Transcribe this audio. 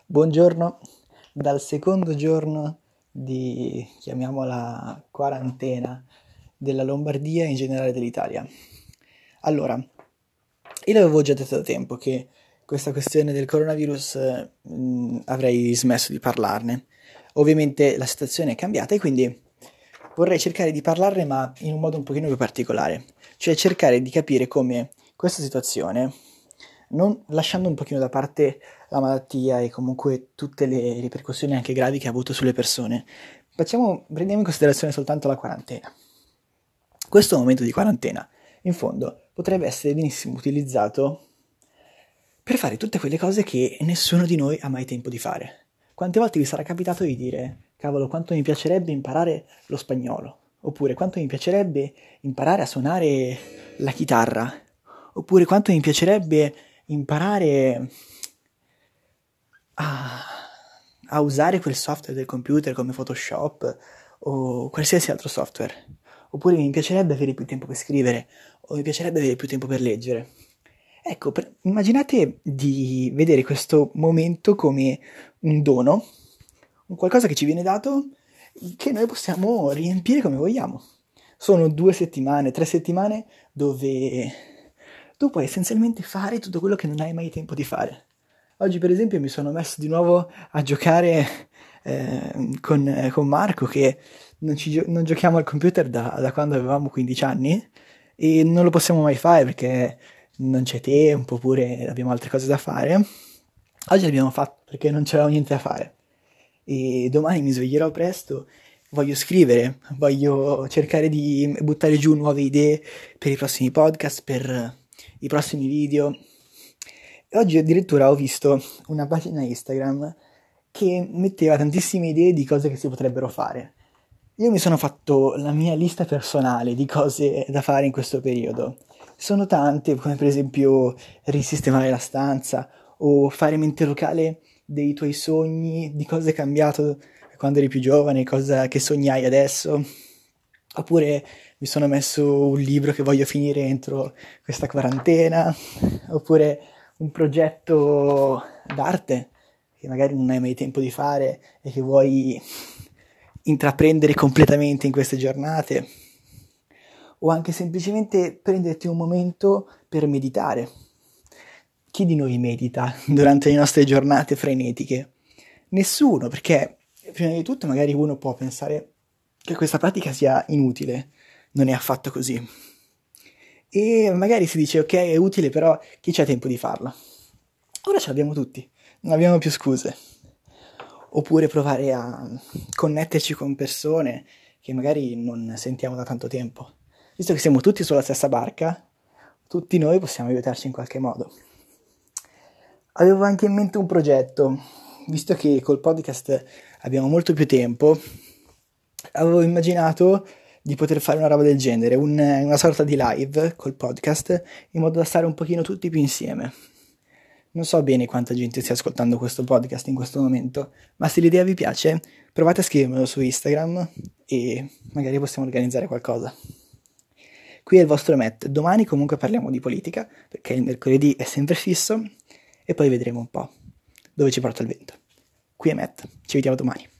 Buongiorno, dal secondo giorno di, chiamiamola, quarantena della Lombardia e in generale dell'Italia. Allora, io l'avevo già detto da tempo che questa questione del coronavirus avrei smesso di parlarne. Ovviamente la situazione è cambiata e quindi vorrei cercare di parlarne ma in un modo un pochino più particolare, cioè cercare di capire come questa situazione, non lasciando un pochino da parte la malattia e comunque tutte le ripercussioni anche gravi che ha avuto sulle persone, prendiamo in considerazione soltanto la quarantena. Questo momento di quarantena, in fondo, potrebbe essere benissimo utilizzato per fare tutte quelle cose che nessuno di noi ha mai tempo di fare. Quante volte vi sarà capitato di dire, cavolo, quanto mi piacerebbe imparare lo spagnolo, oppure quanto mi piacerebbe imparare a suonare la chitarra, oppure quanto mi piacerebbe imparare a, a usare quel software del computer come Photoshop o qualsiasi altro software. Oppure mi piacerebbe avere più tempo per scrivere o mi piacerebbe avere più tempo per leggere. Ecco, immaginate di vedere questo momento come un dono, un qualcosa che ci viene dato che noi possiamo riempire come vogliamo. Sono 2 settimane, 3 settimane dove tu puoi essenzialmente fare tutto quello che non hai mai tempo di fare. Oggi per esempio mi sono messo di nuovo a giocare con Marco che non giochiamo al computer da quando avevamo 15 anni e non lo possiamo mai fare perché non c'è tempo oppure abbiamo altre cose da fare. Oggi l'abbiamo fatto perché non c'era niente da fare e domani mi sveglierò presto, voglio scrivere, voglio cercare di buttare giù nuove idee per i prossimi podcast, per i prossimi video. E oggi addirittura ho visto una pagina Instagram che metteva tantissime idee di cose che si potrebbero fare. Io mi sono fatto la mia lista personale di cose da fare in questo periodo. Sono tante, come per esempio risistemare la stanza o fare mente locale dei tuoi sogni, di cosa è cambiato quando eri più giovane, cosa che sognai adesso. Oppure mi sono messo un libro che voglio finire entro questa quarantena, oppure un progetto d'arte che magari non hai mai tempo di fare e che vuoi intraprendere completamente in queste giornate, o anche semplicemente prenderti un momento per meditare. Chi di noi medita durante le nostre giornate frenetiche? Nessuno, perché prima di tutto magari uno può pensare che questa pratica sia inutile, non è affatto così. E magari si dice ok è utile però chi c'ha tempo di farla? Ora ce l'abbiamo tutti, non abbiamo più scuse. Oppure provare a connetterci con persone che magari non sentiamo da tanto tempo. Visto che siamo tutti sulla stessa barca, tutti noi possiamo aiutarci in qualche modo. Avevo anche in mente un progetto, visto che col podcast abbiamo molto più tempo, avevo immaginato di poter fare una roba del genere, una sorta di live col podcast, in modo da stare un pochino tutti più insieme. Non so bene quanta gente stia ascoltando questo podcast in questo momento, ma se l'idea vi piace, provate a scrivermelo su Instagram e magari possiamo organizzare qualcosa. Qui è il vostro Matt, domani comunque parliamo di politica, perché il mercoledì è sempre fisso, e poi vedremo un po' dove ci porta il vento. Qui è Matt, ci vediamo domani.